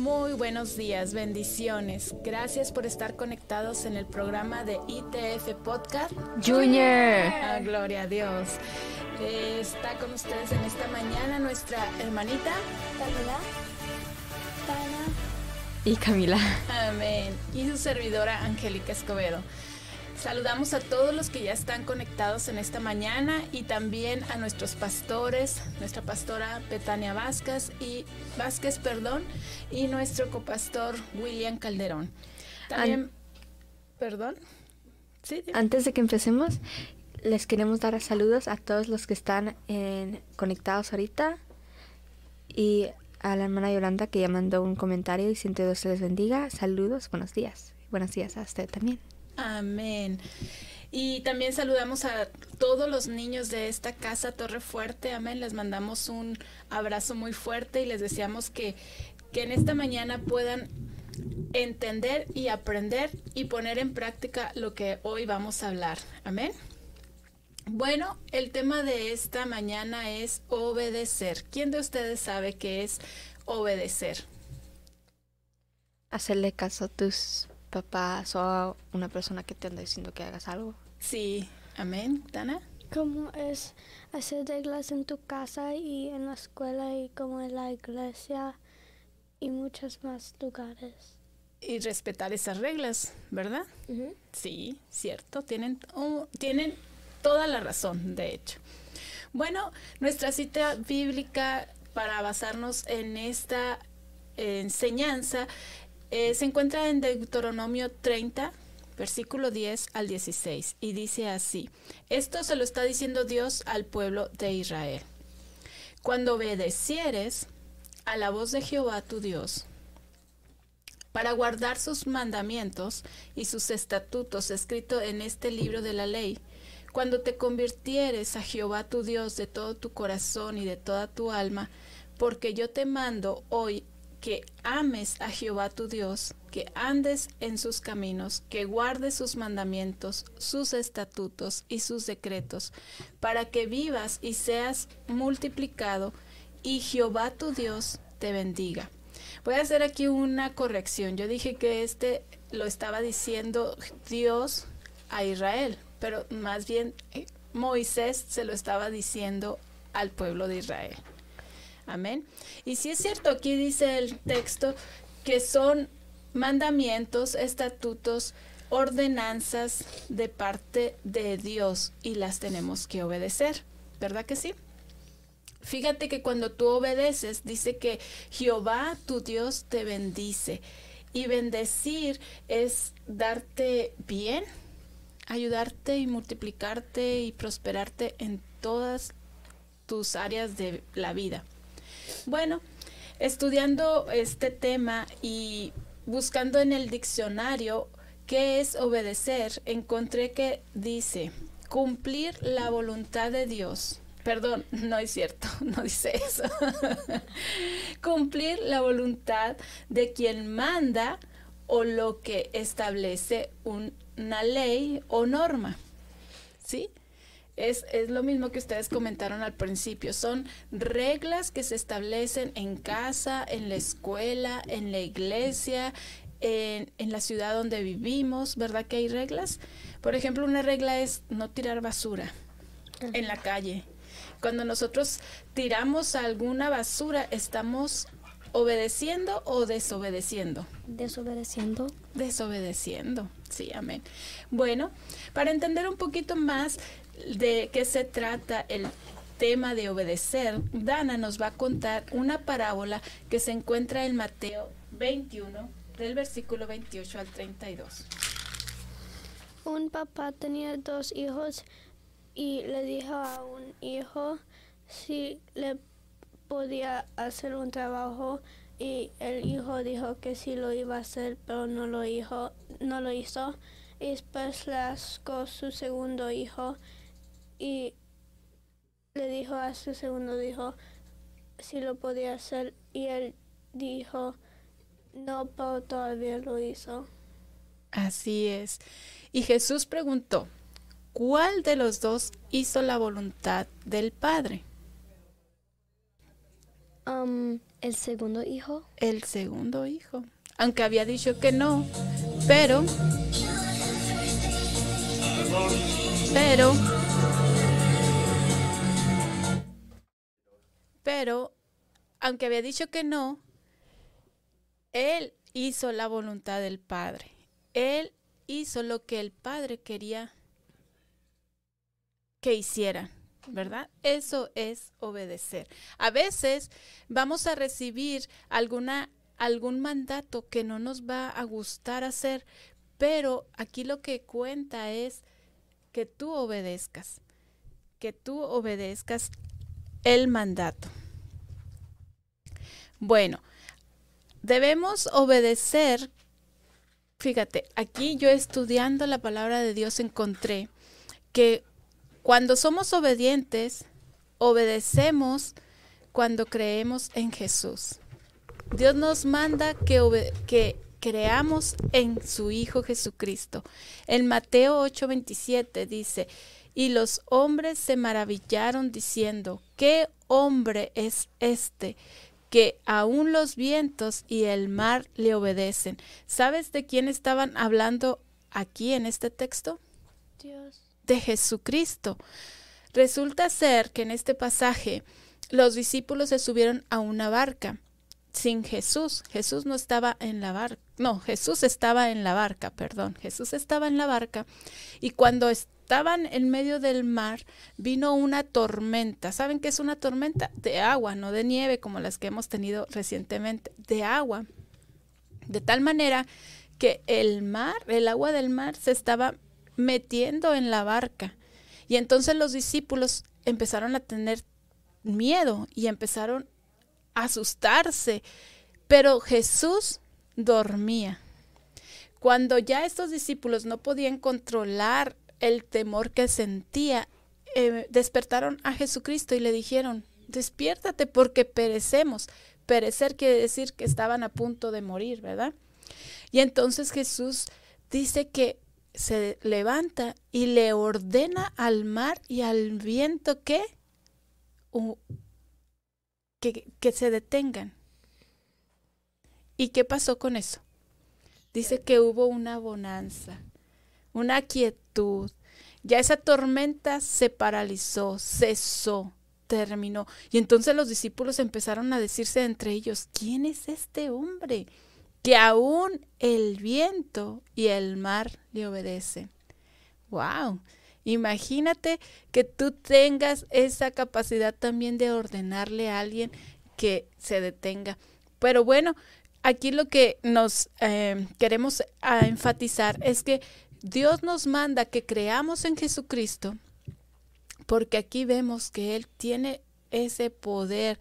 Muy buenos días, bendiciones. Gracias por estar conectados en el programa de ITF Podcast Junior. Gloria a Dios. Está con ustedes en esta mañana nuestra hermanita Camila, Tana Y Camila. Amén. Y su servidora Angélica Escobedo. Saludamos a todos los que ya están conectados en esta mañana y también a nuestros pastores, nuestra pastora Betania Vázquez y nuestro copastor William Calderón. También, perdón. Sí, dime. Antes de que empecemos, les queremos dar saludos a todos los que están conectados ahorita y a la hermana Yolanda que ya mandó un comentario y siento Dios les bendiga. Saludos, buenos días. Buenos días a usted también. Amén. Y también saludamos a todos los niños de esta casa Torre Fuerte. Amén. Les mandamos un abrazo muy fuerte y les deseamos que en esta mañana puedan entender y aprender y poner en práctica lo que hoy vamos a hablar. Amén. Bueno, el tema de esta mañana es obedecer. ¿Quién de ustedes sabe qué es obedecer? Hacerle caso a tus papás o a una persona que te anda diciendo que hagas algo. Sí, amén. ¿Tana? como es hacer reglas en tu casa y en la escuela y como en la iglesia y muchos más lugares. Y respetar esas reglas, ¿verdad? Uh-huh. Sí, cierto. Tienen toda la razón, de hecho. Bueno, nuestra cita bíblica para basarnos en esta enseñanza se encuentra en Deuteronomio 30, versículo 10 al 16, y dice así: esto se lo está diciendo Dios al pueblo de Israel. Cuando obedecieres a la voz de Jehová tu Dios, para guardar sus mandamientos y sus estatutos escritos en este libro de la ley, cuando te convirtieres a Jehová tu Dios de todo tu corazón y de toda tu alma, porque yo te mando hoy que ames a Jehová tu Dios, que andes en sus caminos, que guardes sus mandamientos, sus estatutos y sus decretos, para que vivas y seas multiplicado, y Jehová tu Dios te bendiga. Voy a hacer aquí una corrección. Yo dije que lo estaba diciendo Dios a Israel, pero más bien Moisés se lo estaba diciendo al pueblo de Israel. Amén. Y sí es cierto, aquí dice el texto que son mandamientos, estatutos, ordenanzas de parte de Dios y las tenemos que obedecer, ¿verdad que sí? Fíjate que cuando tú obedeces, dice que Jehová tu Dios te bendice. Y bendecir es darte bien, ayudarte y multiplicarte y prosperarte en todas tus áreas de la vida. Bueno, estudiando este tema y buscando en el diccionario qué es obedecer, encontré que dice cumplir la voluntad de Dios. Perdón, no es cierto, no dice eso. Cumplir la voluntad de quien manda o lo que establece una ley o norma. ¿Sí? Es lo mismo que ustedes comentaron al principio. Son reglas que se establecen en casa, en la escuela, en la iglesia, en la ciudad donde vivimos, ¿verdad que hay reglas? Por ejemplo, una regla es no tirar basura en la calle. Cuando nosotros tiramos alguna basura, ¿estamos obedeciendo o desobedeciendo? Desobedeciendo. Desobedeciendo, sí, amén. Bueno, para entender un poquito más de qué se trata el tema de obedecer, Dana nos va a contar una parábola que se encuentra en Mateo 21, del versículo 28 al 32. Un papá tenía 2 hijos y le dijo a un hijo si le podía hacer un trabajo, y el hijo dijo que sí lo iba a hacer, pero no lo hizo. Y después le ascó su segundo hijo y le dijo a su segundo hijo si lo podía hacer, y él dijo no, pero todavía lo hizo. Así es. Y Jesús preguntó: ¿cuál de los dos hizo la voluntad del Padre? El segundo hijo. El segundo hijo. Aunque había dicho que no, pero, aunque había dicho que no, él hizo la voluntad del Padre. Él hizo lo que el Padre quería que hiciera, ¿verdad? Eso es obedecer. A veces vamos a recibir algún mandato que no nos va a gustar hacer, pero aquí lo que cuenta es que tú obedezcas el mandato. Bueno, debemos obedecer. Fíjate, aquí yo estudiando la palabra de Dios encontré que cuando somos obedientes, obedecemos cuando creemos en Jesús. Dios nos manda que creamos en su Hijo Jesucristo. En Mateo 8:27 dice, y los hombres se maravillaron diciendo, ¿qué hombre es este que aún los vientos y el mar le obedecen? ¿Sabes de quién estaban hablando aquí en este texto? Dios. De Jesucristo. Resulta ser que en este pasaje los discípulos se subieron a una barca sin Jesús. Jesús no estaba en la barca. No, Jesús estaba en la barca, perdón. Jesús estaba en la barca y cuando estaban en medio del mar vino una tormenta. ¿Saben qué es una tormenta? De agua, no de nieve como las que hemos tenido recientemente, de agua. De tal manera que el agua del mar se estaba metiendo en la barca. Y entonces los discípulos empezaron a tener miedo y empezaron a asustarse. Pero Jesús dormía. Cuando ya estos discípulos no podían controlar el temor que sentía, despertaron a Jesucristo y le dijeron, despiértate porque perecemos. Perecer quiere decir que estaban a punto de morir, ¿verdad? Y entonces Jesús dice que se levanta y le ordena al mar y al viento que se detengan. ¿Y qué pasó con eso? Dice que hubo una bonanza, una quietud. Ya esa tormenta se paralizó, cesó, terminó. Y entonces los discípulos empezaron a decirse entre ellos, ¿quién es este hombre que aún el viento y el mar le obedecen? ¡Wow! Imagínate que tú tengas esa capacidad también de ordenarle a alguien que se detenga. Pero bueno, aquí lo que nos queremos enfatizar es que Dios nos manda que creamos en Jesucristo, porque aquí vemos que Él tiene ese poder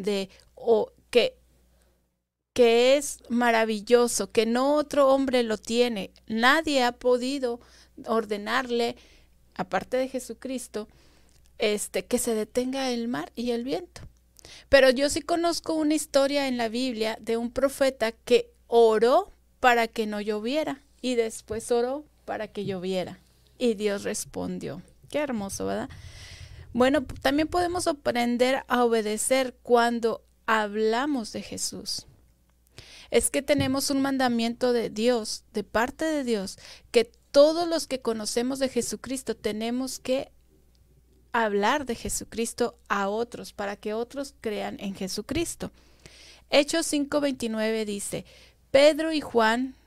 que es maravilloso, que no otro hombre lo tiene. Nadie ha podido ordenarle, aparte de Jesucristo, que se detenga el mar y el viento. Pero yo sí conozco una historia en la Biblia de un profeta que oró para que no lloviera y después oró para que lloviera y Dios respondió. Qué hermoso, ¿verdad? Bueno, también podemos aprender a obedecer cuando hablamos de Jesús. Es que tenemos un mandamiento de Dios, de parte de Dios, que todos los que conocemos de Jesucristo tenemos que hablar de Jesucristo a otros para que otros crean en Jesucristo. Hechos 5:29 dice, Pedro y Juan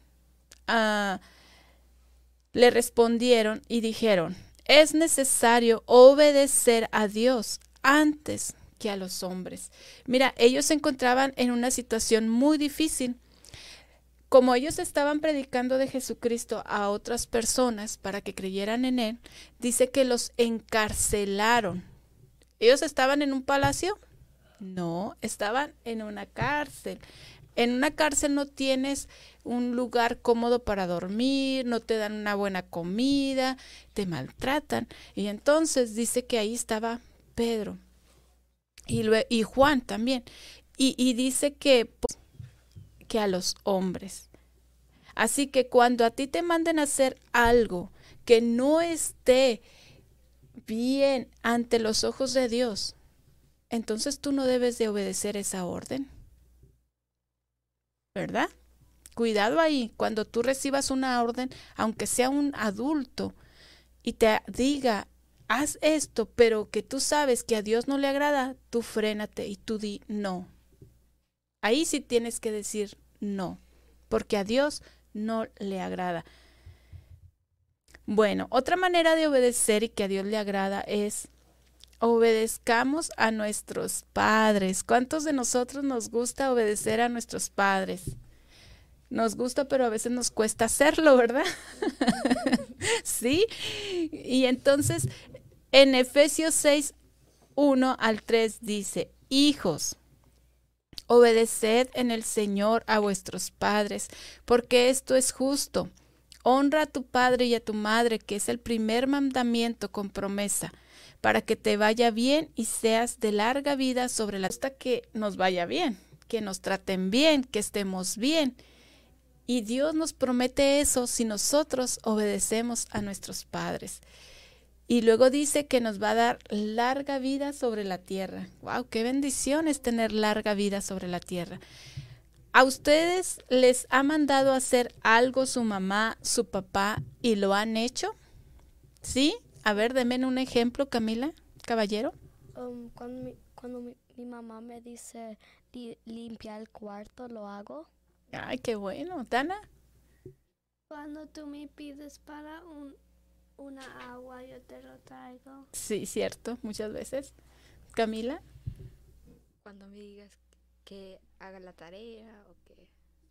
le respondieron y dijeron, es necesario obedecer a Dios antes que a los hombres. Mira, ellos se encontraban en una situación muy difícil. Como ellos estaban predicando de Jesucristo a otras personas para que creyeran en Él, dice que los encarcelaron. ¿Ellos estaban en un palacio? No, estaban en una cárcel. En una cárcel no tienes un lugar cómodo para dormir, no te dan una buena comida, te maltratan. Y entonces dice que ahí estaba Pedro y Juan también. Y dice que a los hombres. Así que cuando a ti te manden a hacer algo que no esté bien ante los ojos de Dios, entonces tú no debes de obedecer esa orden, ¿verdad? Cuidado ahí, cuando tú recibas una orden, aunque sea un adulto, y te diga, haz esto, pero que tú sabes que a Dios no le agrada, tú frénate y tú di no. Ahí sí tienes que decir no, porque a Dios no le agrada. Bueno, otra manera de obedecer y que a Dios le agrada es obedezcamos a nuestros padres. ¿Cuántos de nosotros nos gusta obedecer a nuestros padres? Nos gusta, pero a veces nos cuesta hacerlo, ¿verdad? ¿Sí? Y entonces, en Efesios 6, 1 al 3 dice, hijos, obedeced en el Señor a vuestros padres, porque esto es justo. Honra a tu padre y a tu madre, que es el primer mandamiento con promesa, para que te vaya bien y seas de larga vida sobre la tierra. Hasta que nos vaya bien, que nos traten bien, que estemos bien. Y Dios nos promete eso si nosotros obedecemos a nuestros padres. Y luego dice que nos va a dar larga vida sobre la tierra. ¡Wow! ¡Qué bendición es tener larga vida sobre la tierra! ¿A ustedes les ha mandado a hacer algo su mamá, su papá y lo han hecho? ¿Sí? A ver, denme un ejemplo, Camila, caballero. Cuando mi mamá me dice limpiar el cuarto, lo hago. Ay, qué bueno. ¿Dana? Cuando tú me pides para una agua, yo te lo traigo. Sí, cierto, muchas veces. Camila. Cuando me digas que haga la tarea o que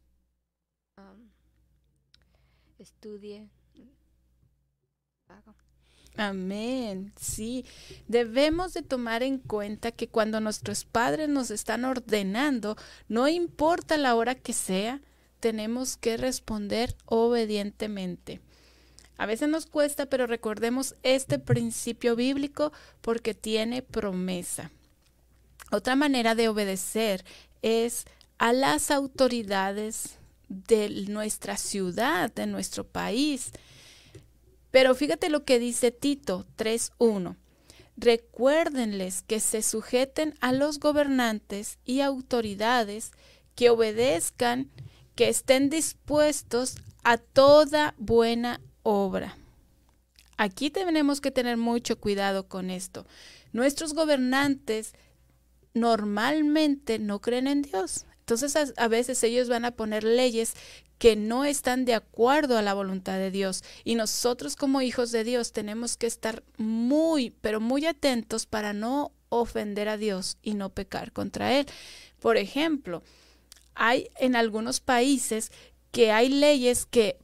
estudie, hago. Amén, sí. Debemos de tomar en cuenta que cuando nuestros padres nos están ordenando, no importa la hora que sea, tenemos que responder obedientemente. A veces nos cuesta, pero recordemos este principio bíblico porque tiene promesa. Otra manera de obedecer es a las autoridades de nuestra ciudad, de nuestro país. Pero fíjate lo que dice Tito 3:1. Recuérdenles que se sujeten a los gobernantes y autoridades, que obedezcan, que estén dispuestos a toda buena obra. Aquí tenemos que tener mucho cuidado con esto. Nuestros gobernantes normalmente no creen en Dios. Entonces a veces ellos van a poner leyes que no están de acuerdo a la voluntad de Dios. Y nosotros como hijos de Dios tenemos que estar muy, pero muy atentos para no ofender a Dios y no pecar contra Él. Por ejemplo, hay en algunos países que hay leyes que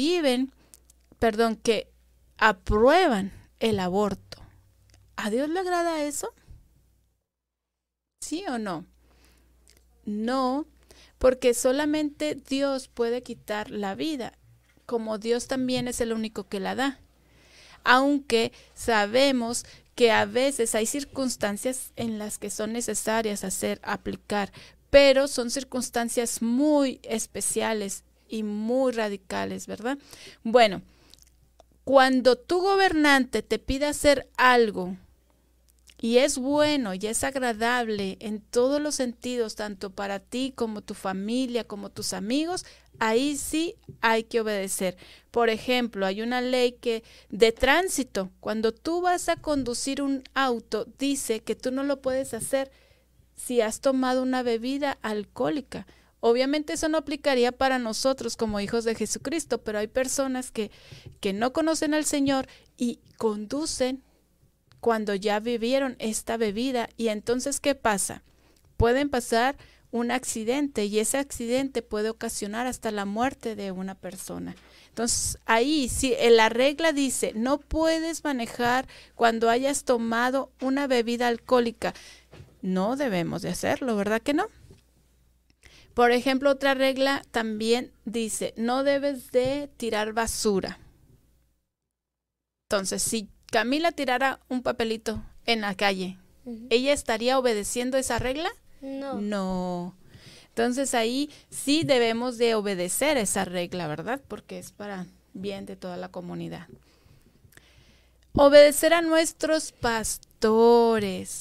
que aprueban el aborto. ¿A Dios le agrada eso? ¿Sí o no? No, porque solamente Dios puede quitar la vida, como Dios también es el único que la da. Aunque sabemos que a veces hay circunstancias en las que son necesarias aplicar, pero son circunstancias muy especiales y muy radicales, ¿verdad? Bueno, cuando tu gobernante te pide hacer algo y es bueno y es agradable en todos los sentidos, tanto para ti como tu familia, como tus amigos, ahí sí hay que obedecer. Por ejemplo, hay una ley de tránsito. Cuando tú vas a conducir un auto, dice que tú no lo puedes hacer si has tomado una bebida alcohólica. Obviamente eso no aplicaría para nosotros como hijos de Jesucristo, pero hay personas que no conocen al Señor y conducen cuando ya vivieron esta bebida. Y entonces, ¿qué pasa? Pueden pasar un accidente y ese accidente puede ocasionar hasta la muerte de una persona. Entonces, ahí, si la regla dice, no puedes manejar cuando hayas tomado una bebida alcohólica, no debemos de hacerlo, ¿verdad que no? Por ejemplo, otra regla también dice, no debes de tirar basura. Entonces, si Camila tirara un papelito en la calle, ¿ella estaría obedeciendo esa regla? No. No. Entonces ahí sí debemos de obedecer esa regla, ¿verdad? Porque es para bien de toda la comunidad. Obedecer a nuestros pastores.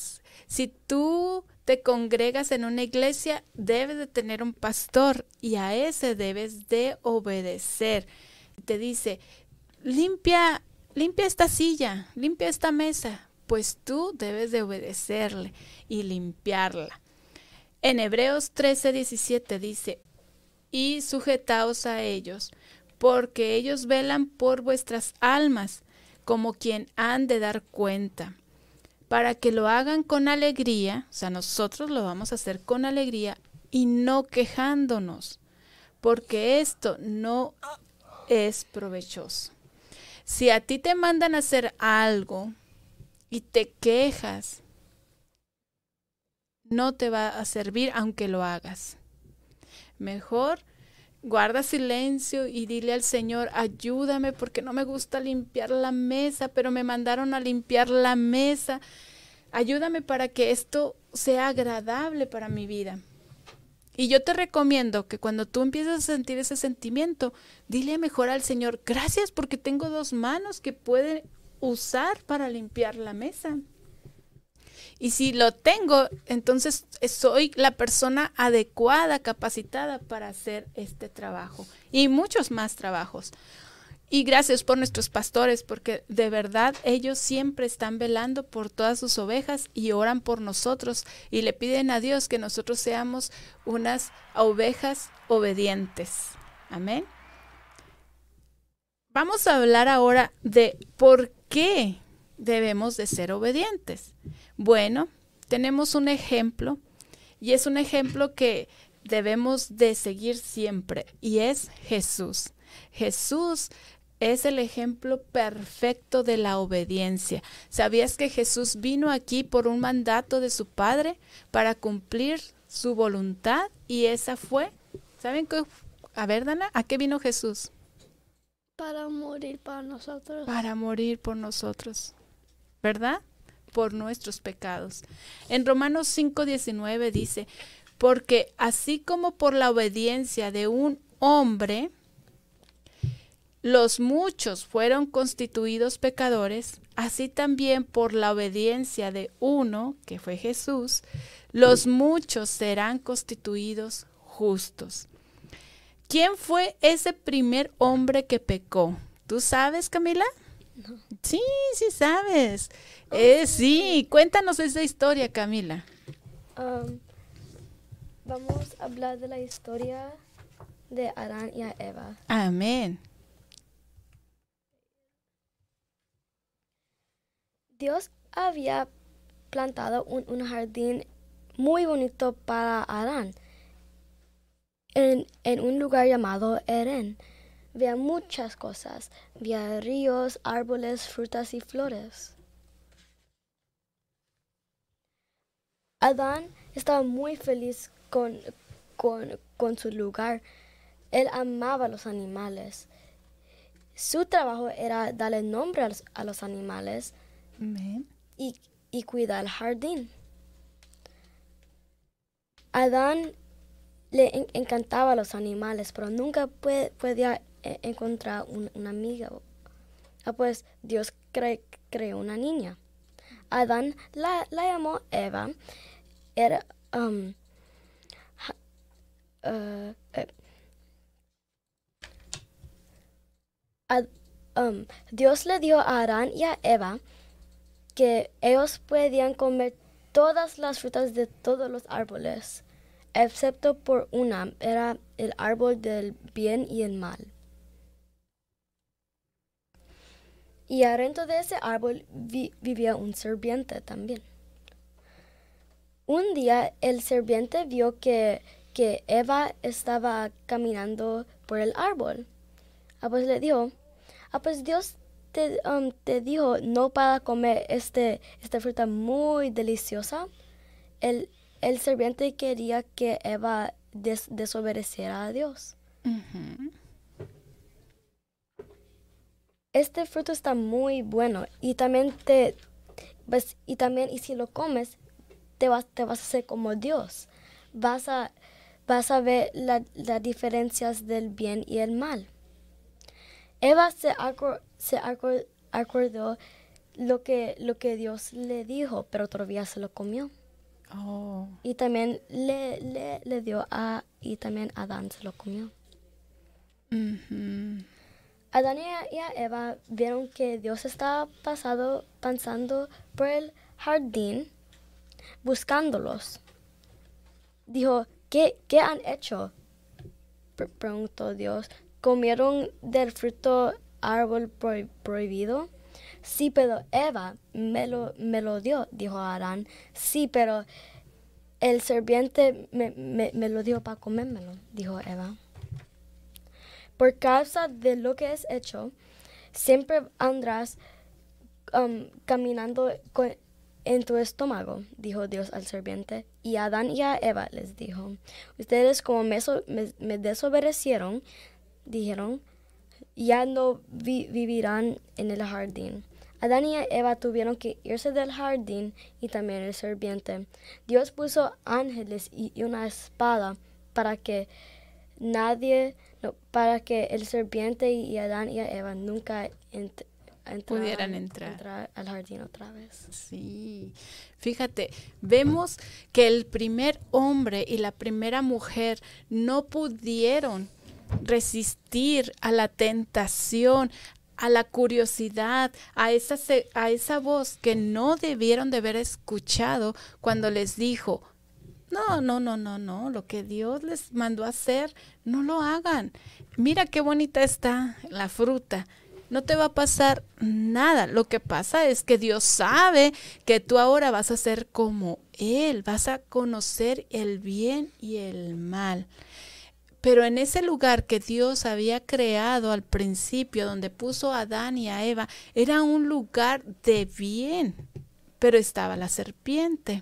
Si tú te congregas en una iglesia, debes de tener un pastor y a ese debes de obedecer. Te dice, limpia esta silla, limpia esta mesa, pues tú debes de obedecerle y limpiarla. En Hebreos 13:17 dice, y sujetaos a ellos, porque ellos velan por vuestras almas, como quien han de dar cuenta, para que lo hagan con alegría, o sea, nosotros lo vamos a hacer con alegría y no quejándonos, porque esto no es provechoso. Si a ti te mandan a hacer algo y te quejas, no te va a servir aunque lo hagas. Mejor guarda silencio y dile al Señor, ayúdame porque no me gusta limpiar la mesa, pero me mandaron a limpiar la mesa. Ayúdame para que esto sea agradable para mi vida. Y yo te recomiendo que cuando tú empieces a sentir ese sentimiento, dile mejor al Señor, gracias porque tengo 2 manos que pueden usar para limpiar la mesa. Y si lo tengo, entonces soy la persona adecuada, capacitada para hacer este trabajo y muchos más trabajos. Y gracias por nuestros pastores, porque de verdad ellos siempre están velando por todas sus ovejas y oran por nosotros y le piden a Dios que nosotros seamos unas ovejas obedientes. Amén. Vamos a hablar ahora de por qué debemos de ser obedientes. Bueno, tenemos un ejemplo y es un ejemplo que debemos de seguir siempre y es Jesús. Jesús es el ejemplo perfecto de la obediencia. ¿Sabías que Jesús vino aquí por un mandato de su Padre para cumplir su voluntad? Y esa fue, ¿saben qué? A ver, Dana, ¿a qué vino Jesús? Para morir para nosotros. Para morir por nosotros, ¿verdad? Por nuestros pecados. En Romanos 5:19 dice, porque así como por la obediencia de un hombre, los muchos fueron constituidos pecadores, así también por la obediencia de uno, que fue Jesús, los muchos serán constituidos justos. ¿Quién fue ese primer hombre que pecó? ¿Tú sabes, Camila? No. Sí, sí sabes. Sí, cuéntanos esa historia, Camila. Vamos a hablar de la historia de Adán y Eva. Amén. Dios había plantado un jardín muy bonito para Adán en un lugar llamado Edén. Había muchas cosas, había ríos, árboles, frutas y flores. Adán estaba muy feliz con su lugar. Él amaba los animales. Su trabajo era darle nombre a los animales. Amén. Y cuidar el jardín. Adán le encantaba los animales, pero nunca podía encontrar una amiga. Pues Dios creó una niña. Adán la llamó Eva. Era Dios le dio a Adán y a Eva que ellos podían comer todas las frutas de todos los árboles, excepto por una, era el árbol del bien y el mal. Y adentro de ese árbol vivía un serpiente también. Un día el serpiente vio que Eva estaba caminando por el árbol. Pues le dijo, pues Dios te dijo no para comer esta fruta muy deliciosa. El serpiente quería que Eva desobedeciera a Dios. Uh-huh. Este fruto está muy bueno y también y si lo comes te vas a hacer como Dios. Vas a ver las diferencias del bien y el mal. Eva se acordó lo que Dios le dijo, pero todavía se lo comió. Oh. Y también le dio y también Adán se lo comió. Ujú. Adán y Eva vieron que Dios estaba pasando por el jardín buscándolos. Dijo, ¿qué han hecho? Preguntó Dios. ¿Comieron del fruto árbol prohibido? Sí, pero Eva me lo dio, dijo Adán. Sí, pero el serpiente me lo dio para comérmelo, dijo Eva. Por causa de lo que has hecho, siempre andarás caminando en tu estómago, dijo Dios al serpiente. Y a Adán y a Eva les dijo, ustedes como me desobedecieron, dijeron, ya no vivirán en el jardín. Adán y Eva tuvieron que irse del jardín y también el serpiente. Dios puso ángeles y una espada para que para que el serpiente y Adán y Eva nunca Pudieran entrar al jardín otra vez. Sí, fíjate, vemos que el primer hombre y la primera mujer no pudieron resistir a la tentación, a la curiosidad, a esa voz que no debieron de haber escuchado cuando les dijo, no, lo que Dios les mandó a hacer, no lo hagan. Mira qué bonita está la fruta. No te va a pasar nada. Lo que pasa es que Dios sabe que tú ahora vas a ser como Él, vas a conocer el bien y el mal. Pero en ese lugar que Dios había creado al principio, donde puso a Adán y a Eva, era un lugar de bien, pero estaba la serpiente.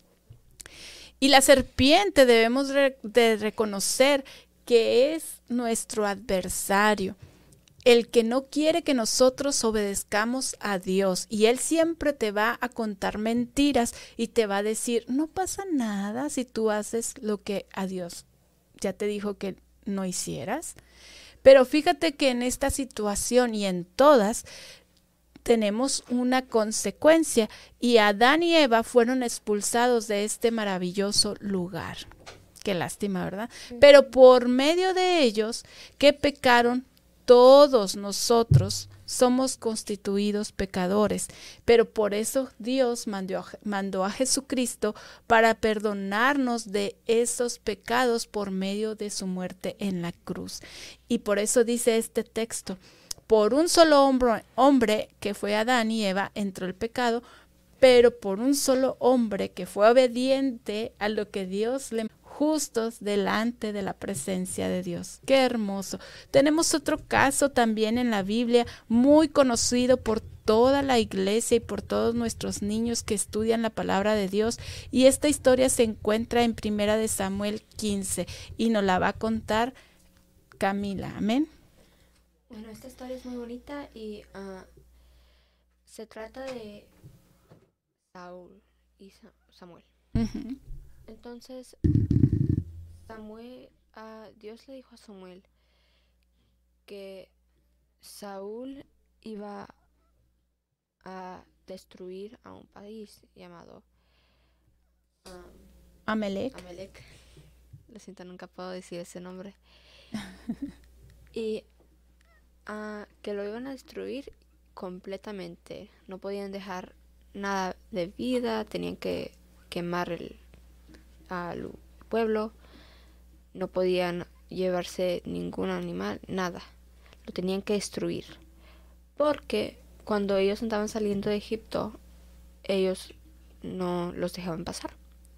Y la serpiente debemos de reconocer que es nuestro adversario, el que no quiere que nosotros obedezcamos a Dios. Y Él siempre te va a contar mentiras y te va a decir, no pasa nada si tú haces lo que a Dios ya te dijo que no hicieras. Pero fíjate que en esta situación y en todas tenemos una consecuencia, y Adán y Eva fueron expulsados de este maravilloso lugar. Qué lástima, ¿verdad? Pero por medio de ellos que pecaron, todos nosotros somos constituidos pecadores, pero por eso Dios mandó a Jesucristo para perdonarnos de esos pecados por medio de su muerte en la cruz. Y por eso dice este texto, por un solo hombre que fue Adán y Eva entró el pecado, pero por un solo hombre que fue obediente a lo que Dios le justos delante de la presencia de Dios. Qué hermoso. Tenemos otro caso también en la Biblia, muy conocido por toda la iglesia y por todos nuestros niños que estudian la palabra de Dios, y esta historia se encuentra en 1 Samuel 15 y nos la va a contar Camila. Amén. Bueno, esta historia es muy bonita y se trata de Saúl y Samuel. Uh-huh. Entonces, Dios le dijo a Samuel que Saúl iba a destruir a un país llamado Amalek. Lo siento, nunca puedo decir ese nombre. Y que lo iban a destruir completamente. No podían dejar nada de vida, tenían que quemar al pueblo, no podían llevarse ningún animal, nada. Lo tenían que destruir. Porque cuando ellos estaban saliendo de Egipto, ellos no los dejaban pasar.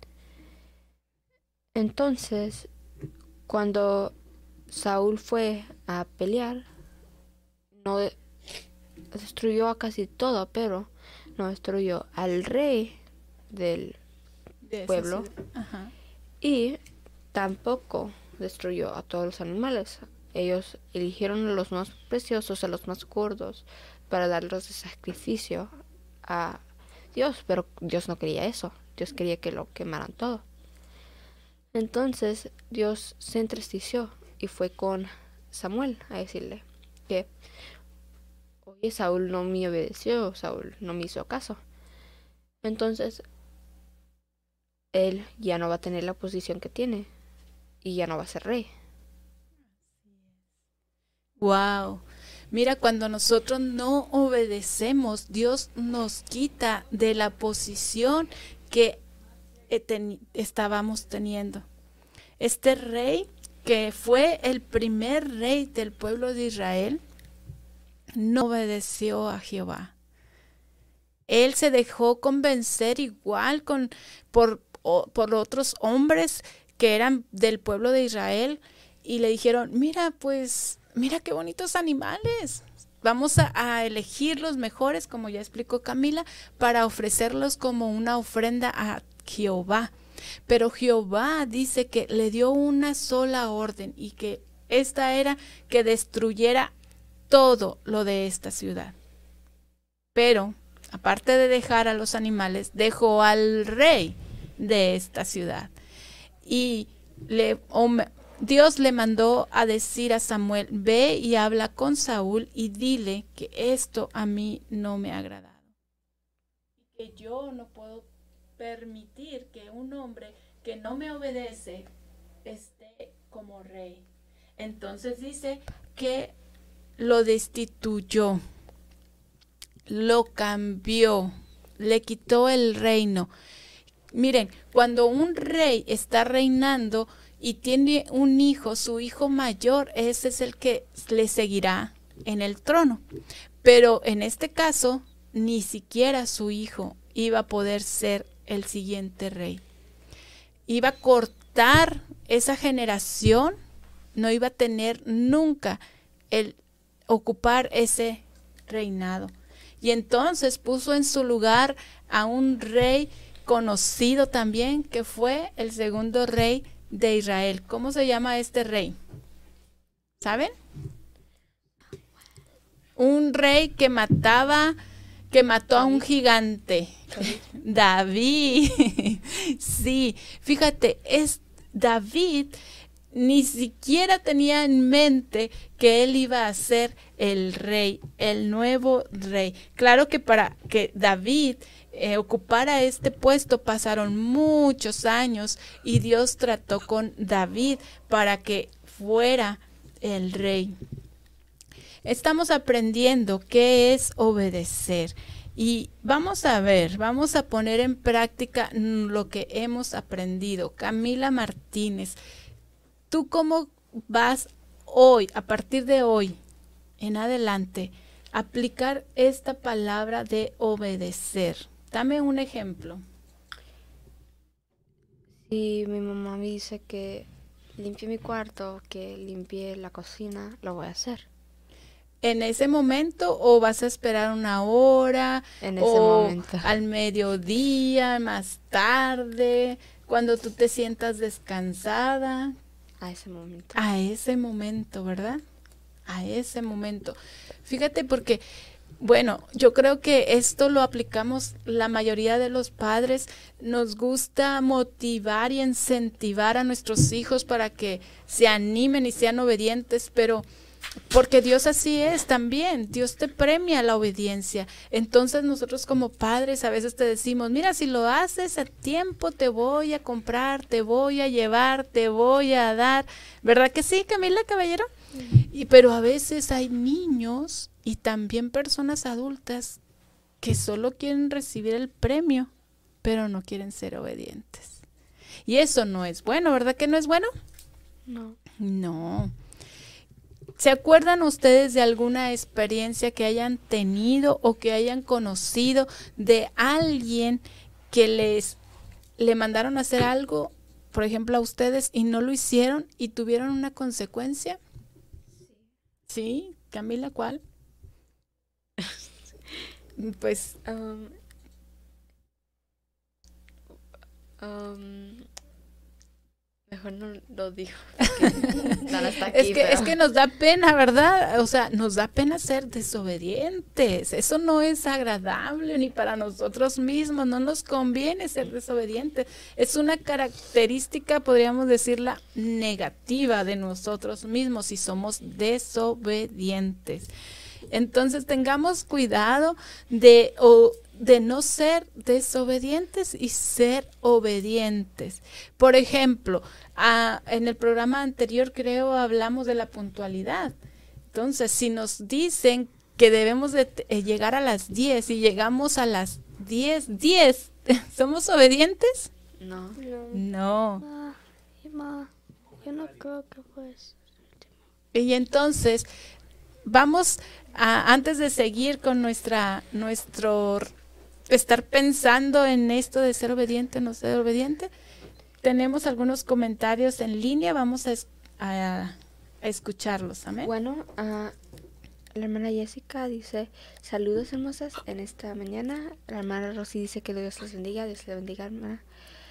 Entonces, cuando Saúl fue a pelear, no destruyó a casi todo, pero no destruyó al rey del pueblo. Ajá. Y tampoco destruyó a todos los animales. Ellos eligieron a los más preciosos, a los más gordos, para darlos de sacrificio a Dios, pero Dios no quería eso. Dios quería que lo quemaran todo. Entonces Dios se entristeció y fue con Samuel a decirle que, oye, Saúl no me obedeció, Saúl no me hizo caso. Entonces él ya no va a tener la posición que tiene y ya no va a ser rey. Wow. Mira, cuando nosotros no obedecemos, Dios nos quita de la posición que estábamos teniendo. Este rey, que fue el primer rey del pueblo de Israel, no obedeció a Jehová. Él se dejó convencer igual por otros hombres que eran del pueblo de Israel y le dijeron, mira, pues, mira qué bonitos animales. Vamos a elegir los mejores, como ya explicó Camila, para ofrecerlos como una ofrenda a Jehová. Pero Jehová dice que le dio una sola orden y que esta era que destruyera todo lo de esta ciudad. Pero, aparte de dejar a los animales, dejó al rey de esta ciudad. Y Dios le mandó a decir a Samuel, ve y habla con Saúl y dile que esto a mí no me ha agradado. Que yo no puedo permitir que un hombre que no me obedece esté como rey. Entonces dice que lo destituyó, lo cambió, le quitó el reino. Miren, cuando un rey está reinando y tiene un hijo, su hijo mayor, ese es el que le seguirá en el trono. Pero en este caso, ni siquiera su hijo iba a poder ser el siguiente rey. Iba a cortar esa generación, no iba a tener nunca el ocupar ese reinado. Y entonces puso en su lugar a un rey conocido también, que fue el segundo rey de Israel. ¿Cómo se llama este rey? ¿Saben? Un rey que mató a un gigante. David. Sí, fíjate, David ni siquiera tenía en mente que él iba a ser el rey, el nuevo rey. Claro que para que David ocupara este puesto pasaron muchos años y Dios trató con David para que fuera el rey. Estamos aprendiendo qué es obedecer y vamos a poner en práctica lo que hemos aprendido. Camila Martínez, ¿tú cómo vas hoy, a partir de hoy en adelante, a aplicar esta palabra de obedecer? Dame un ejemplo. Si mi mamá me dice que limpie mi cuarto, que limpie la cocina, lo voy a hacer. ¿En ese momento o vas a esperar una hora? En ese momento. Al mediodía, más tarde, cuando tú te sientas descansada. A ese momento. A ese momento, ¿verdad? A ese momento. Fíjate porque, bueno, yo creo que esto lo aplicamos la mayoría de los padres. Nos gusta motivar y incentivar a nuestros hijos para que se animen y sean obedientes, pero porque Dios así es también, Dios te premia la obediencia. Entonces nosotros como padres a veces te decimos, mira, si lo haces a tiempo te voy a comprar, te voy a llevar, te voy a dar, ¿verdad que sí, Camila Caballero? Pero a veces hay niños y también personas adultas que solo quieren recibir el premio, pero no quieren ser obedientes. Y eso no es bueno, ¿verdad que no es bueno? No. No. ¿Se acuerdan ustedes de alguna experiencia que hayan tenido o que hayan conocido de alguien que le mandaron a hacer algo, por ejemplo, a ustedes y no lo hicieron y tuvieron una consecuencia? Sí, Camila, ¿cuál? Pues mejor no lo digo. Nada está aquí, es que nos da pena, ¿verdad? O sea, nos da pena ser desobedientes. Eso no es agradable ni para nosotros mismos. No nos conviene ser desobedientes. Es una característica, podríamos decirla, negativa de nosotros mismos si somos desobedientes. Entonces tengamos cuidado de de no ser desobedientes y ser obedientes. Por ejemplo, en el programa anterior creo hablamos de la puntualidad. Entonces, si nos dicen que debemos de llegar a las 10 y llegamos a las 10, ¿somos obedientes? No. No. Yo no creo que pues. Y entonces, vamos antes de seguir con nuestro estar pensando en esto de ser obediente o no ser obediente, tenemos algunos comentarios en línea, vamos a escucharlos, amén. Bueno, la hermana Jessica dice, saludos hermosas en esta mañana. La hermana Rosy dice que Dios les bendiga, Dios les bendiga, hermana.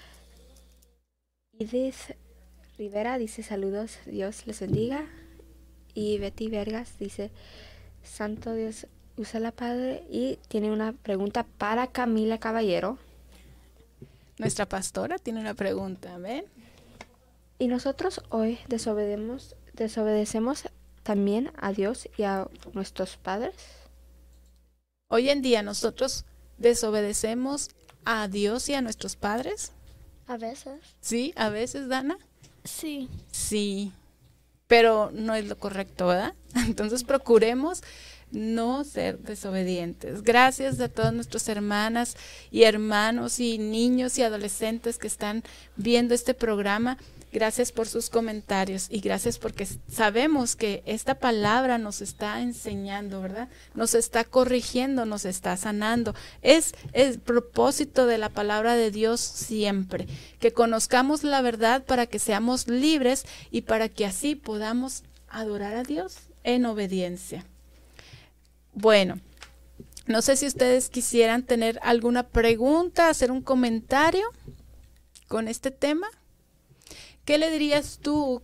Edith Rivera dice saludos, Dios les bendiga. Y Betty Vergas dice, Santo Dios usa la Padre, y tiene una pregunta para Camila Caballero. Nuestra pastora tiene una pregunta, amén. ¿Y nosotros hoy desobedecemos también a Dios y a nuestros padres? Hoy en día nosotros desobedecemos a Dios y a nuestros padres. A veces. Sí, a veces, Dana. Sí. Sí, pero no es lo correcto, ¿verdad? Entonces procuremos no ser desobedientes. Gracias a todas nuestras hermanas y hermanos y niños y adolescentes que están viendo este programa. Gracias por sus comentarios y gracias porque sabemos que esta palabra nos está enseñando, ¿verdad? Nos está corrigiendo, nos está sanando. Es el propósito de la palabra de Dios siempre, que conozcamos la verdad para que seamos libres y para que así podamos adorar a Dios en obediencia. Bueno, no sé si ustedes quisieran tener alguna pregunta, hacer un comentario con este tema. ¿Qué le dirías tú,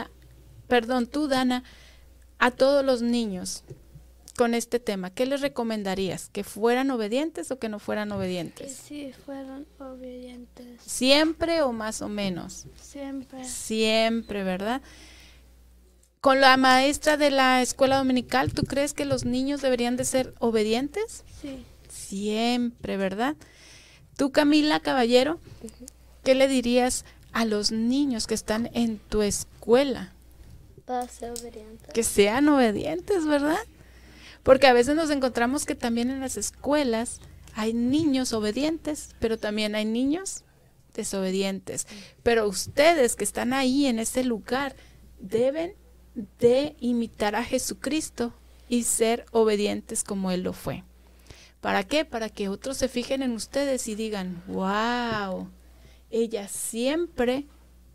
tú, Dana, a todos los niños con este tema? ¿Qué les recomendarías? ¿Que fueran obedientes o que no fueran Que obedientes? sí fueran obedientes. ¿Siempre o más o menos? Siempre. Siempre, ¿verdad? Con la maestra de la escuela dominical, ¿tú crees que los niños deberían de ser obedientes? Sí. Siempre, ¿verdad? Tú, Camila Caballero, ¿qué le dirías a los niños que están en tu escuela? Para ser obediente. Que sean obedientes, ¿verdad? Porque a veces nos encontramos que también en las escuelas hay niños obedientes, pero también hay niños desobedientes. Pero ustedes que están ahí en ese lugar deben de imitar a Jesucristo y ser obedientes como Él lo fue. ¿Para qué? Para que otros se fijen en ustedes y digan, wow, ella siempre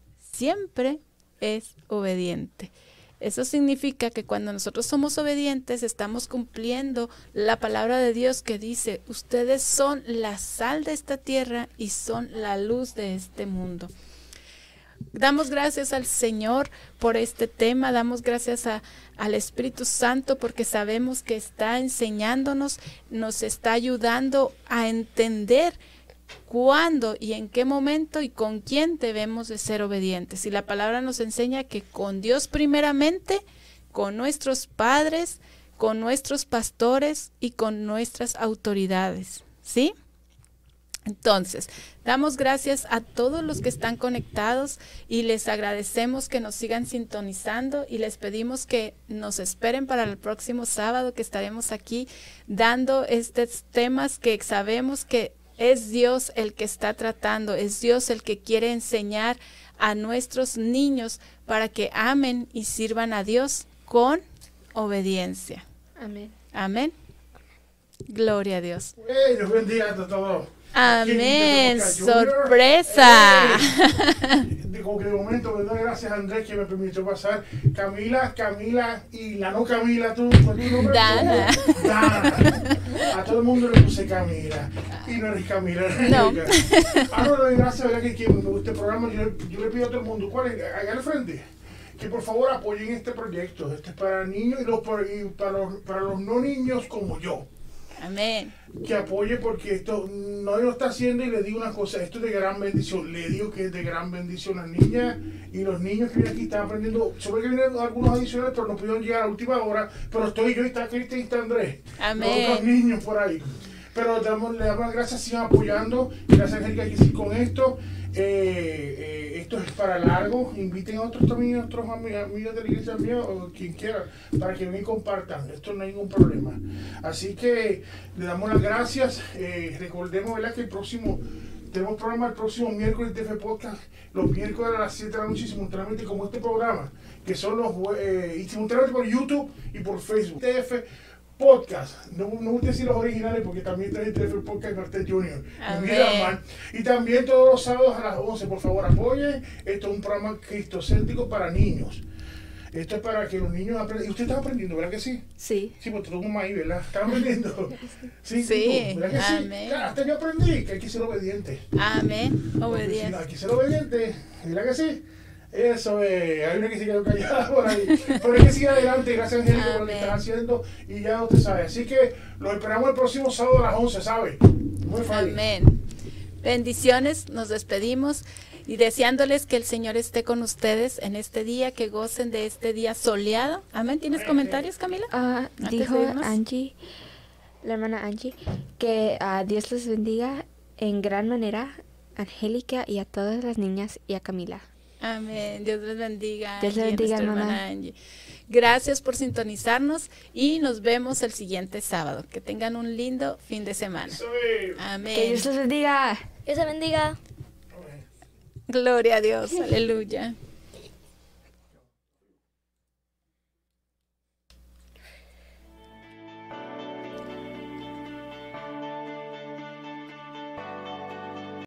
es obediente. Eso significa que cuando nosotros somos obedientes estamos cumpliendo la palabra de Dios que dice, ustedes son la sal de esta tierra y son la luz de este mundo. Damos gracias al Señor por este tema, damos gracias al Espíritu Santo porque sabemos que está enseñándonos, nos está ayudando a entender cuándo y en qué momento y con quién debemos de ser obedientes. Y la palabra nos enseña que con Dios primeramente, con nuestros padres, con nuestros pastores y con nuestras autoridades, ¿sí? Entonces, damos gracias a todos los que están conectados y les agradecemos que nos sigan sintonizando y les pedimos que nos esperen para el próximo sábado que estaremos aquí dando estos temas que sabemos que es Dios el que está tratando, es Dios el que quiere enseñar a nuestros niños para que amen y sirvan a Dios con obediencia. Amén. Amén. Gloria a Dios. Dios bendiga a todos. Amén. Sorpresa. Como que de momento, le doy gracias a Andrés que me permitió pasar. Camila y la no Camila, tú, pues, tu nombre. Dana. Dana. A todo el mundo le puse Camila. Y no eres Camila. No. No, le doy gracias, ¿verdad? Que me gusta el programa. Yo le pido a todo el mundo, ¿cuál es? Allá al frente, que por favor apoyen este proyecto. Este es para niños y para los no niños como yo. Amén. Que apoye porque esto no lo está haciendo y le digo una cosa, esto es de gran bendición, le digo que es de gran bendición. Las niñas y los niños que vienen aquí están aprendiendo, sobre que vienen algunos adicionales pero no pudieron llegar a la última hora, pero estoy yo y está Cristian y está Andrés. Amén. Los otros niños por ahí. Pero le damos las gracias, sigan apoyando. Gracias, Angélica, hay que seguir con esto. Esto es para largo. Inviten a otros también, a otros amigos de la iglesia mía o quien quiera, para que vengan y compartan. Esto no hay ningún problema. Así que le damos las gracias. Recordemos, ¿verdad?, que tenemos programa el próximo miércoles de TF Podcast, los miércoles a las 7 de la noche, simultáneamente como este programa, que son y simultáneamente por YouTube y por Facebook. TF Podcast, no gusta decir los originales porque también está el TF Podcast Martel Junior. Y también todos los sábados a las 11, por favor apoyen. Esto es un programa cristocéntrico para niños. Esto es para que los niños aprendan. Y usted está aprendiendo, ¿verdad que sí? Sí. Sí, pues todo como ahí, ¿verdad? ¿Están aprendiendo? Sí, Sí. ¿verdad que Amén. sí? Hasta yo aprendí que hay que ser obediente. Amén. Obediencia. Si hay que ser obediente, ¿verdad que sí? Eso es, hay una que se quedó callada por ahí. Pero hay que seguir adelante, gracias, Angélica, por lo que Amén. estás haciendo. Y ya usted sabe. Así que lo esperamos el próximo sábado a las 11, ¿sabe? Muy fácil. Amén. Bendiciones, nos despedimos y deseándoles que el Señor esté con ustedes en este día, que gocen de este día soleado. Amén. ¿Tienes comentarios, Camila? Antes Dijo de irnos. Angie, la hermana Angie, que Dios les bendiga en gran manera, Angélica, y a todas las niñas, y a Camila. Amén. Dios les bendiga. Dios les Angie, bendiga, nuestra hermana. hermana Angie. Gracias por sintonizarnos y nos vemos el siguiente sábado. Que tengan un lindo fin de semana. Eso es. Amén. Que Dios les bendiga. Dios te bendiga. Gloria a Dios. Aleluya.